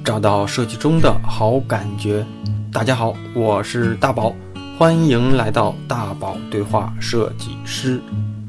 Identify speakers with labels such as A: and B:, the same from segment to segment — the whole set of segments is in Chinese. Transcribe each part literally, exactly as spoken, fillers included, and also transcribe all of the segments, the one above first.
A: 找到设计中的好感觉。大家好，我是大宝，欢迎来到大宝对话设计师。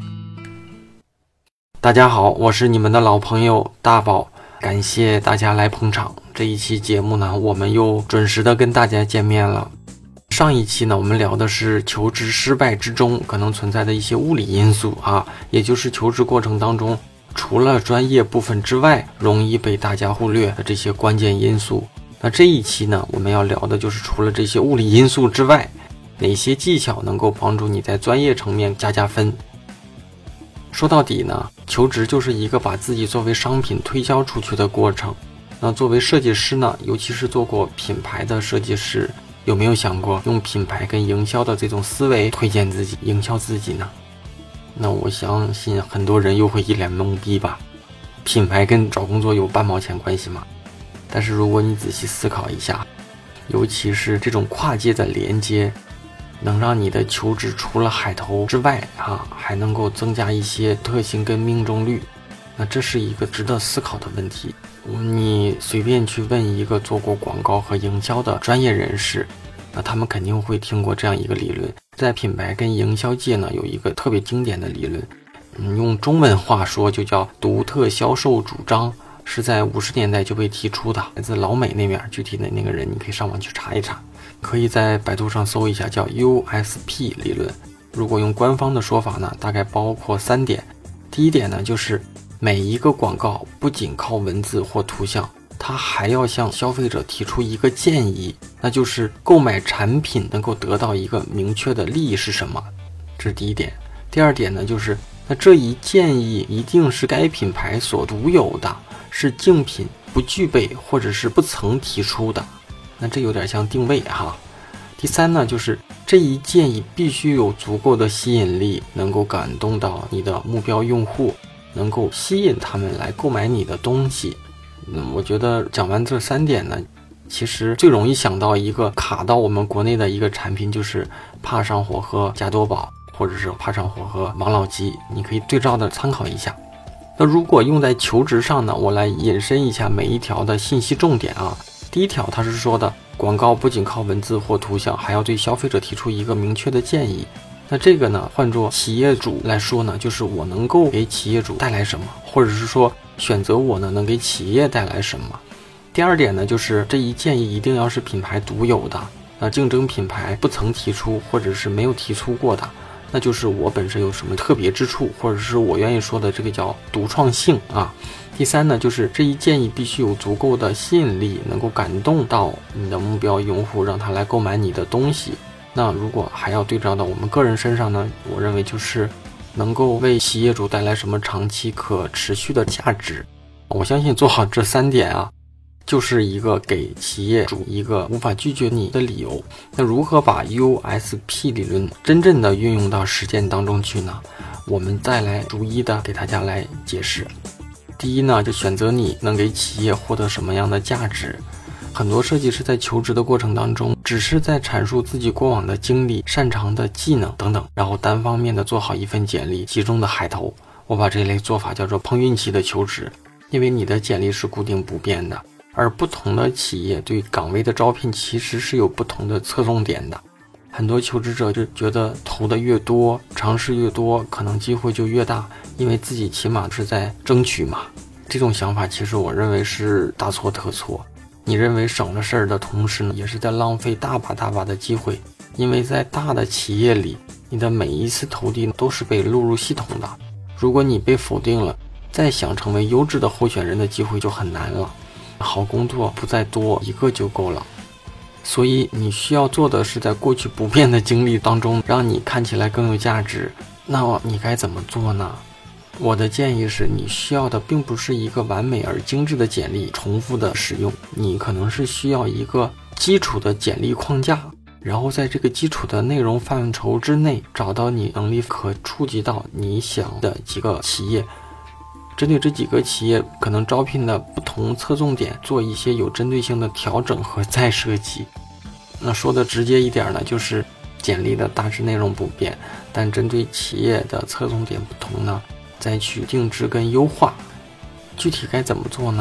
A: 大家好，我是你们的老朋友大宝，感谢大家来捧场。这一期节目呢，我们又准时的跟大家见面了。上一期呢，我们聊的是求职失败之中可能存在的一些物理因素啊，也就是求职过程当中除了专业部分之外容易被大家忽略的这些关键因素。那这一期呢，我们要聊的就是除了这些物理因素之外，哪些技巧能够帮助你在专业层面加加分。说到底呢，求职就是一个把自己作为商品推销出去的过程。那作为设计师呢，尤其是做过品牌的设计师，有没有想过用品牌跟营销的这种思维推荐自己、营销自己呢？那我相信很多人又会一脸懵逼吧。品牌跟找工作有半毛钱关系吗？但是如果你仔细思考一下，尤其是这种跨界的连接，能让你的求职除了海投之外啊，还能够增加一些特性跟命中率。那这是一个值得思考的问题。你随便去问一个做过广告和营销的专业人士，那他们肯定会听过这样一个理论。在品牌跟营销界呢，有一个特别经典的理论，嗯，用中文话说就叫独特销售主张，是在五十年代就被提出的，来自老美那边，具体的那个人你可以上网去查一查，可以在百度上搜一下，叫 U S P 理论。如果用官方的说法呢，大概包括三点。第一点呢，就是每一个广告不仅靠文字或图像，它还要向消费者提出一个建议，那就是购买产品能够得到一个明确的利益是什么，这是第一点。第二点呢，就是那这一建议一定是该品牌所独有的，是竞品不具备或者是不曾提出的，那这有点像定位哈。第三呢，就是这一建议必须有足够的吸引力，能够感动到你的目标用户，能够吸引他们来购买你的东西。嗯，我觉得讲完这三点呢，其实最容易想到一个卡到我们国内的一个产品，就是怕上火喝加多宝，或者是怕上火喝王老吉，你可以对照的参考一下。那如果用在求职上呢，我来引申一下每一条的信息重点啊。第一条它是说的，广告不仅靠文字或图像，还要对消费者提出一个明确的建议。那这个呢，换作企业主来说呢，就是我能够给企业主带来什么，或者是说选择我呢能给企业带来什么。第二点呢，就是这一建议一定要是品牌独有的，那竞争品牌不曾提出或者是没有提出过的，那就是我本身有什么特别之处，或者是我愿意说的这个叫独创性啊。第三呢，就是这一建议必须有足够的吸引力，能够感动到你的目标用户，让他来购买你的东西。那如果还要对照到我们个人身上呢，我认为就是能够为企业主带来什么长期可持续的价值。我相信做好这三点啊，就是一个给企业主一个无法拒绝你的理由。那如何把 U S P 理论真正的运用到实践当中去呢？我们再来逐一的给大家来解释。第一呢，就选择你能给企业获得什么样的价值。很多设计师在求职的过程当中，只是在阐述自己过往的经历、擅长的技能等等，然后单方面的做好一份简历，集中的海投。我把这类做法叫做碰运气的求职，因为你的简历是固定不变的，而不同的企业对岗位的招聘其实是有不同的侧重点的。很多求职者就觉得投的越多，尝试越多，可能机会就越大，因为自己起码是在争取嘛。这种想法其实我认为是大错特错。你认为省了事儿的同时呢，也是在浪费大把大把的机会。因为在大的企业里，你的每一次投递都是被录入系统的，如果你被否定了，再想成为优质的候选人的机会就很难了。好工作不在多，一个就够了。所以你需要做的是在过去不变的经历当中，让你看起来更有价值。那你该怎么做呢？我的建议是，你需要的并不是一个完美而精致的简历重复的使用，你可能是需要一个基础的简历框架，然后在这个基础的内容范畴之内，找到你能力可触及到你想的几个企业，针对这几个企业可能招聘的不同侧重点做一些有针对性的调整和再设计。那说的直接一点呢，就是简历的大致内容不变，但针对企业的侧重点不同呢，再去定制跟优化。具体该怎么做呢？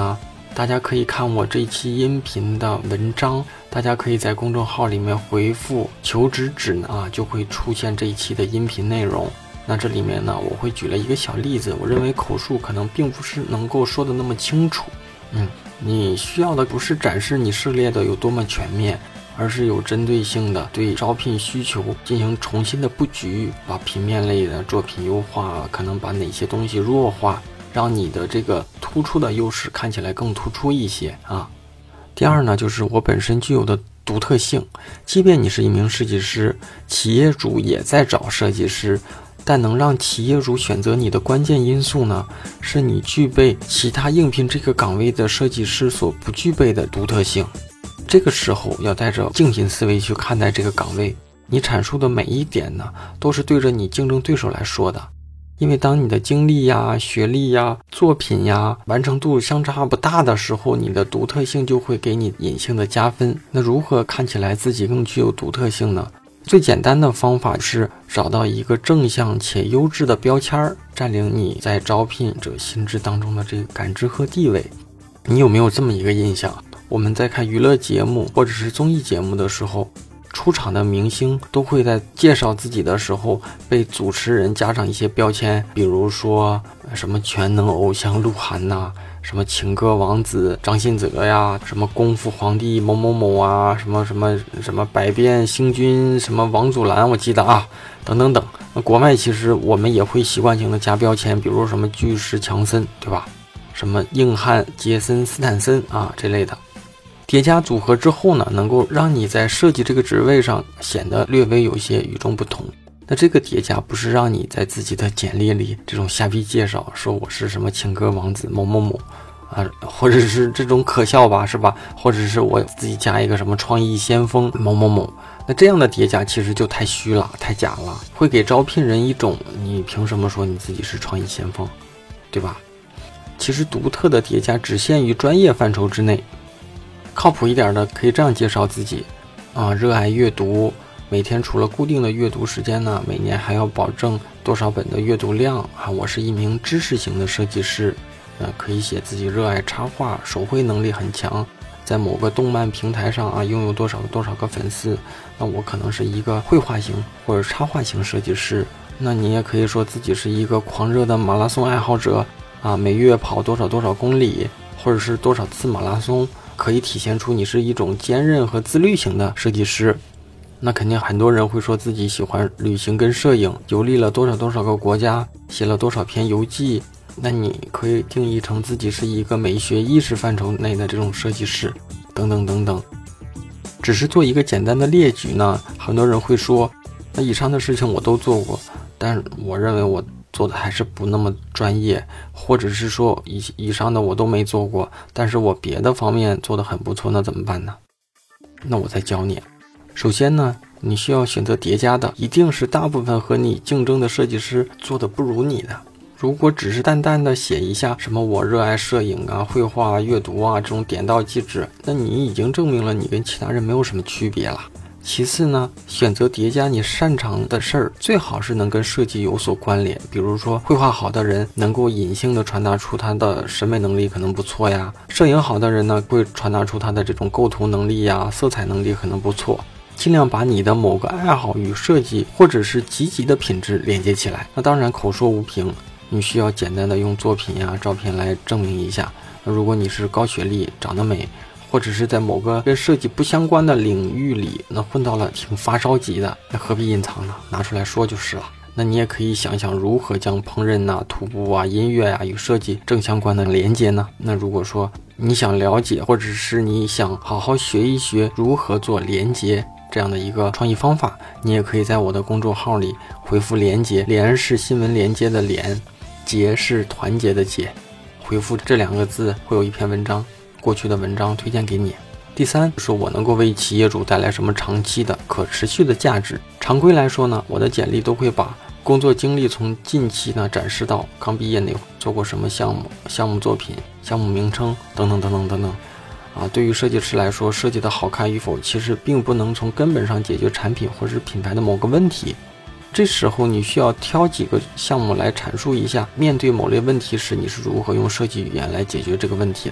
A: 大家可以看我这一期音频的文章，大家可以在公众号里面回复求职指南啊，就会出现这一期的音频内容。那这里面呢，我会举了一个小例子，我认为口述可能并不是能够说的那么清楚。嗯，你需要的不是展示你涉猎的有多么全面，而是有针对性的对招聘需求进行重新的布局，把平面类的作品优化，可能把哪些东西弱化，让你的这个突出的优势看起来更突出一些啊。第二呢，就是我本身具有的独特性，即便你是一名设计师，企业主也在找设计师，但能让企业主选择你的关键因素呢，是你具备其他应聘这个岗位的设计师所不具备的独特性。这个时候要带着竞品思维去看待这个岗位，你阐述的每一点呢，都是对着你竞争对手来说的。因为当你的经历呀、学历呀、作品呀、完成度相差不大的时候，你的独特性就会给你隐性的加分。那如何看起来自己更具有独特性呢？最简单的方法是找到一个正向且优质的标签，占领你在招聘者心智当中的这个感知和地位。你有没有这么一个印象？我们在看娱乐节目或者是综艺节目的时候，出场的明星都会在介绍自己的时候被主持人加上一些标签，比如说什么全能偶像鹿晗呐、什么情歌王子张信哲呀，什么功夫皇帝某某某啊，什么什么什么百变星君什么王祖蓝，我记得啊，等等等。那国外其实我们也会习惯性的加标签，比如什么巨石强森，对吧？什么硬汉杰森斯坦森啊这类的。叠加组合之后呢，能够让你在设计这个职位上显得略微有些与众不同。那这个叠加不是让你在自己的简历里这种瞎逼介绍，说我是什么情歌王子某某某啊，或者是这种可笑吧，是吧？或者是我自己加一个什么创意先锋某某某，那这样的叠加其实就太虚了，太假了，会给招聘人一种你凭什么说你自己是创意先锋，对吧？其实独特的叠加只限于专业范畴之内。靠谱一点的可以这样介绍自己啊，热爱阅读，每天除了固定的阅读时间呢，每年还要保证多少本的阅读量啊。我是一名知识型的设计师，呃，可以写自己热爱插画，手绘能力很强，在某个动漫平台上啊拥有多少多少个粉丝。那我可能是一个绘画型或者插画型设计师。那你也可以说自己是一个狂热的马拉松爱好者啊，每月跑多少多少公里，或者是多少次马拉松，可以体现出你是一种坚韧和自律型的设计师。那肯定很多人会说自己喜欢旅行跟摄影，游历了多少多少个国家，写了多少篇游记。那你可以定义成自己是一个美学意识范畴内的这种设计师，等等等等。只是做一个简单的列举呢，很多人会说，那以上的事情我都做过，但我认为我做的还是不那么专业，或者是说以以上的我都没做过，但是我别的方面做得很不错，那怎么办呢？那我再教你。首先呢，你需要选择叠加的一定是大部分和你竞争的设计师做的不如你的。如果只是淡淡的写一下什么我热爱摄影啊、绘画啊、阅读啊这种点到即止，那你已经证明了你跟其他人没有什么区别了。其次呢，选择叠加你擅长的事儿，最好是能跟设计有所关联。比如说绘画好的人能够隐性的传达出他的审美能力可能不错呀，摄影好的人呢会传达出他的这种构图能力呀、色彩能力可能不错。尽量把你的某个爱好与设计或者是积极的品质连接起来。那当然口说无凭，你需要简单的用作品呀、照片来证明一下。那如果你是高学历、长得美，或者是在某个跟设计不相关的领域里，那混到了挺发烧级的，那何必隐藏呢？拿出来说就是了。那你也可以想想如何将烹饪呐、徒步啊、音乐啊与设计正相关的连接呢？那如果说你想了解，或者是你想好好学一学如何做连接这样的一个创意方法，你也可以在我的公众号里回复连接，连是新闻连接的连，结是团结的结，回复这两个字会有一篇文章，过去的文章推荐给你。第三是我能够为企业主带来什么长期的可持续的价值。常规来说呢，我的简历都会把工作经历从近期呢展示到刚毕业那会儿做过什么项目、项目作品、项目名称等等等等等等。啊，对于设计师来说，设计的好看与否其实并不能从根本上解决产品或者是品牌的某个问题。这时候你需要挑几个项目来阐述一下，面对某类问题时你是如何用设计语言来解决这个问题的。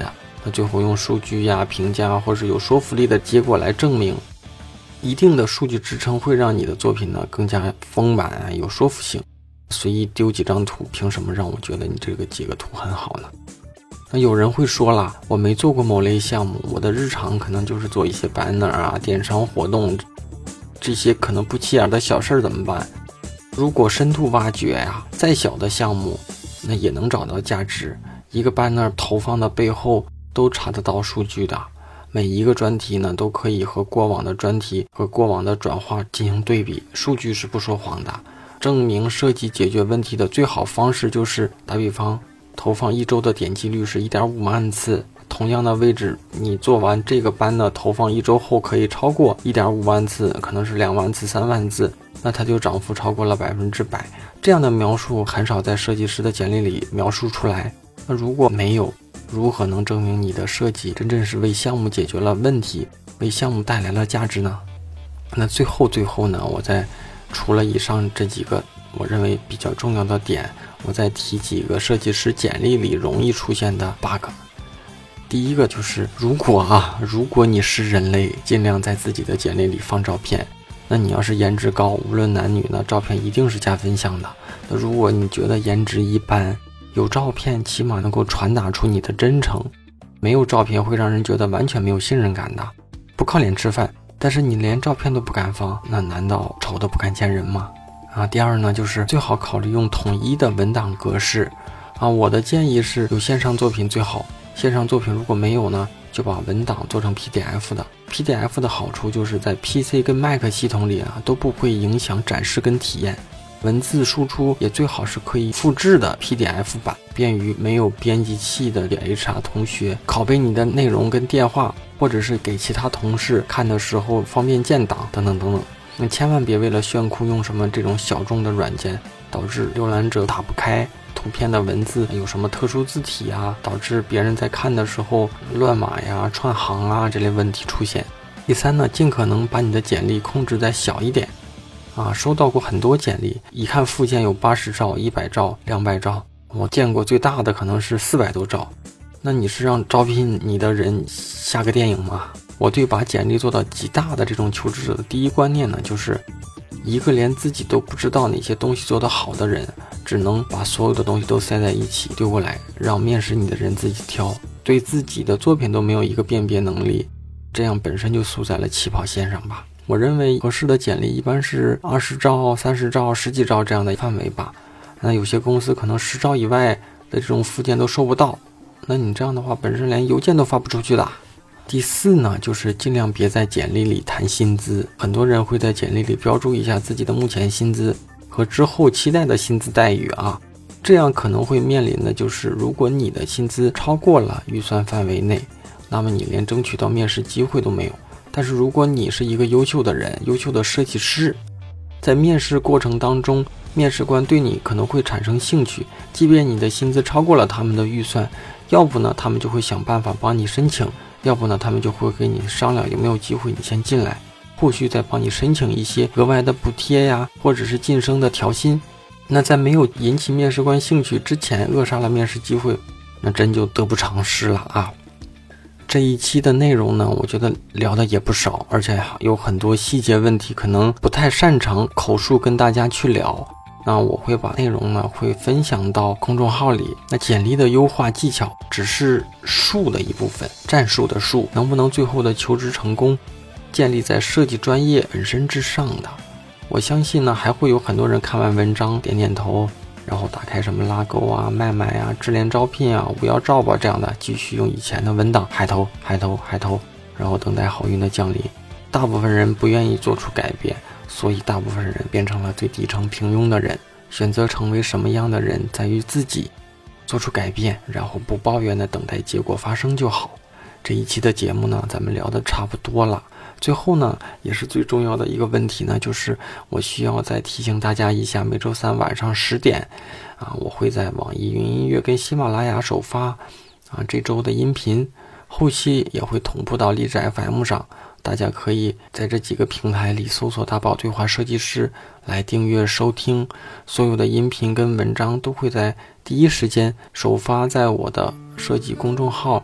A: 那最后用数据呀、评价或是有说服力的结果来证明。一定的数据支撑会让你的作品呢更加丰满啊，有说服性。随意丢几张图，凭什么让我觉得你这个几个图很好呢？那有人会说了，我没做过某类项目，我的日常可能就是做一些 banner 啊、电商活动，这些可能不起眼的小事怎么办？如果深度挖掘呀、啊，再小的项目，那也能找到价值。一个 banner 投放的背后都查得到数据的。每一个专题呢，都可以和过往的专题和过往的转化进行对比，数据是不说谎的。证明设计解决问题的最好方式就是打比方，投放一周的点击率是 一点五万次，同样的位置，你做完这个班呢，投放一周后可以超过 一点五万次，可能是两万次、三万次，那它就涨幅超过了百分之百。这样的描述很少在设计师的简历里描述出来。那如果没有，如何能证明你的设计真正是为项目解决了问题，为项目带来了价值呢？那最后最后呢，我再除了以上这几个我认为比较重要的点，我再提几个设计师简历里容易出现的 bug。 第一个就是如果啊，如果你是人类，尽量在自己的简历里放照片。那你要是颜值高，无论男女呢，照片一定是加分项的。那如果你觉得颜值一般，有照片起码能够传达出你的真诚，没有照片会让人觉得完全没有信任感的。不靠脸吃饭，但是你连照片都不敢放，那难道丑的不敢见人吗？啊，第二呢，就是最好考虑用统一的文档格式啊。我的建议是有线上作品最好，线上作品如果没有呢，就把文档做成 P D F 的。P D F 的好处就是在 P C 跟 Mac 系统里啊都不会影响展示跟体验。文字输出也最好是可以复制的 P D F 版，便于没有编辑器的 H R 同学拷贝你的内容跟电话，或者是给其他同事看的时候方便建档等等等等。那千万别为了炫酷用什么这种小众的软件，导致浏览者打不开图片的文字有什么特殊字体啊，导致别人在看的时候乱码呀、串行啊这类问题出现。第三呢，尽可能把你的简历控制在小一点啊。收到过很多简历，一看附件有八十兆、一百兆、两百兆，我见过最大的可能是四百多兆。那你是让招聘你的人下个电影吗？我对把简历做到极大的这种求职者的第一观念呢，就是一个连自己都不知道哪些东西做得好的人，只能把所有的东西都塞在一起丢过来，让面试你的人自己挑，对自己的作品都没有一个辨别能力，这样本身就输在了起跑线上吧。我认为合适的简历一般是二十兆、三十兆、十几兆这样的范围吧。那有些公司可能十兆以外的这种附件都收不到，那你这样的话本身连邮件都发不出去的。第四呢，就是尽量别在简历里谈薪资。很多人会在简历里标注一下自己的目前薪资和之后期待的薪资待遇啊，这样可能会面临的就是，如果你的薪资超过了预算范围内，那么你连争取到面试机会都没有。但是如果你是一个优秀的人，优秀的设计师，在面试过程当中，面试官对你可能会产生兴趣，即便你的薪资超过了他们的预算，要不呢他们就会想办法帮你申请，要不呢他们就会跟你商量有没有机会你先进来，后续再帮你申请一些额外的补贴呀，或者是晋升的调薪。那在没有引起面试官兴趣之前扼杀了面试机会，那真就得不偿失了啊。这一期的内容呢，我觉得聊的也不少，而且有很多细节问题可能不太擅长口述跟大家去聊，那我会把内容呢会分享到公众号里。那简历的优化技巧只是术的一部分，战术的术，能不能最后的求职成功，建立在设计专业本身之上的。我相信呢，还会有很多人看完文章点点头，然后打开什么拉勾啊、麦麦啊、智联招聘啊、五幺照吧这样的，继续用以前的文档海投海投海投，然后等待好运的降临。大部分人不愿意做出改变，所以大部分人变成了最底层平庸的人。选择成为什么样的人，在于自己做出改变，然后不抱怨的等待结果发生就好。这一期的节目呢，咱们聊的差不多了。最后呢，也是最重要的一个问题呢，就是我需要再提醒大家一下，每周三晚上十点啊，我会在网易云音乐跟喜马拉雅首发啊这周的音频，后期也会同步到荔枝 F M 上，大家可以在这几个平台里搜索大宝对话设计师来订阅收听，所有的音频跟文章都会在第一时间首发在我的设计公众号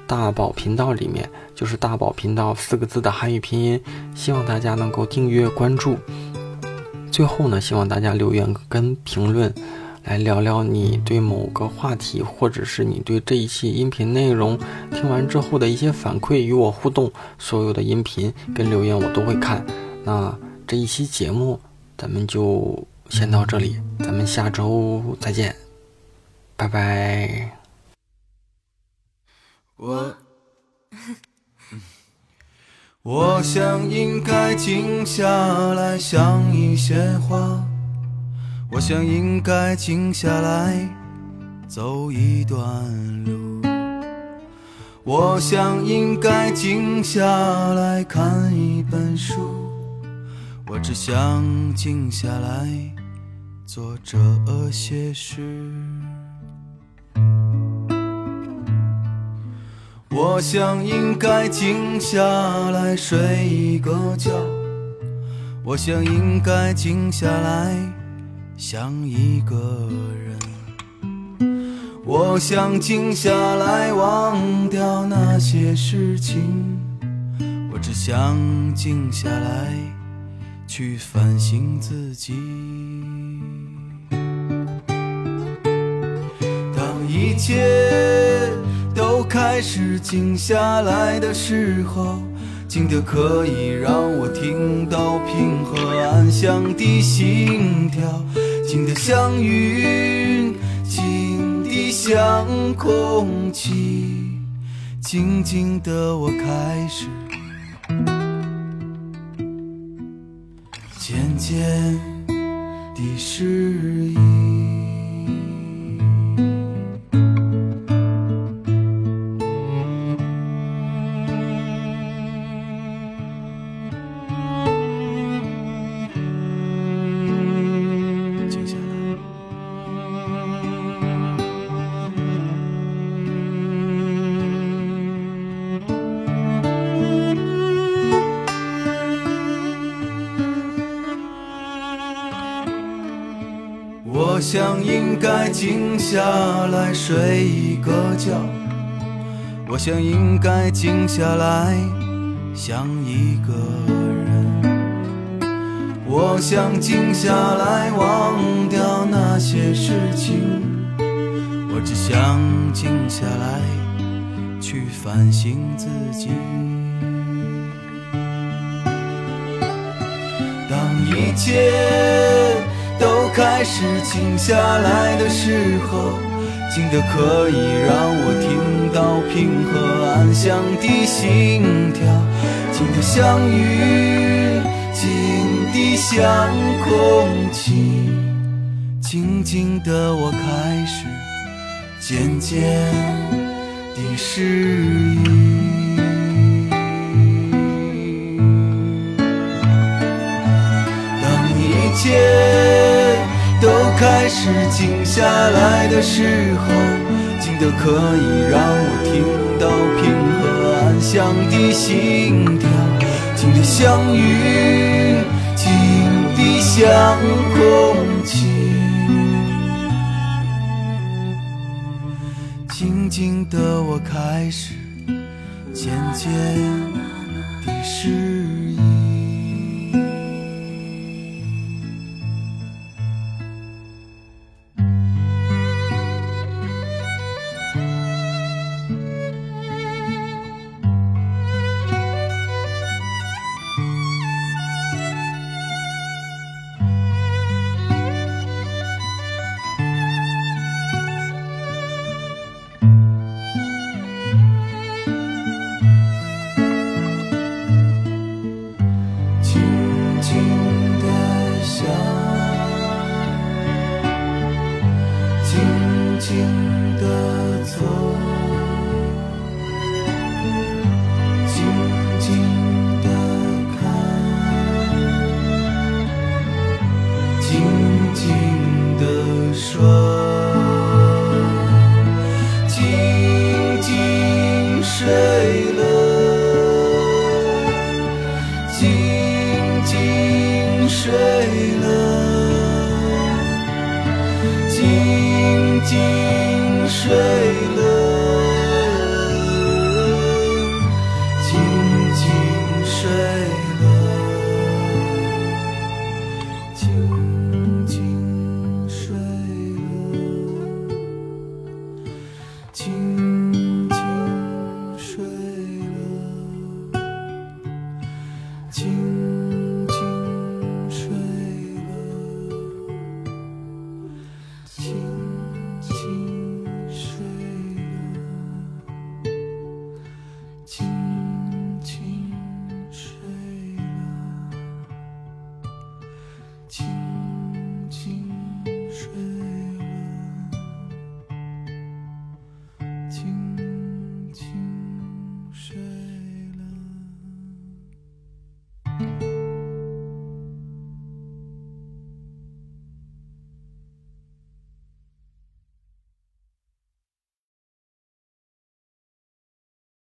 A: 大宝频道里面，就是大宝频道四个字的汉语拼音，希望大家能够订阅关注。最后呢，希望大家留言跟评论来聊聊你对某个话题，或者是你对这一期音频内容听完之后的一些反馈，与我互动。所有的音频跟留言我都会看。那这一期节目咱们就先到这里，咱们下周再见，拜拜。
B: 我我想应该静下来想一些话，我想应该静下来走一段路，我想应该静下来看一本书，我只想静下来做这些事。我想应该静下来睡一个觉，我想应该静下来想一个人，我想静下来忘掉那些事情，我只想静下来去反省自己。当一切都开始静下来的时候，静得可以让我听到平和安详的心跳，静得像云，静得像空气，静静的我开始渐渐地适应。我想应该静下来睡一个觉，我想应该静下来想一个人，我想静下来忘掉那些事情，我只想静下来去反省自己。当一切都开始静下来的时候，静得可以让我听到平和安详的心跳，静得像云，静得像空气，静静的我开始渐渐地适应。当一切都开始静下来的时候，静得可以让我听到平和安详的心跳，静得像云，静得像空气，静静的我开始渐渐地适应。静静睡了。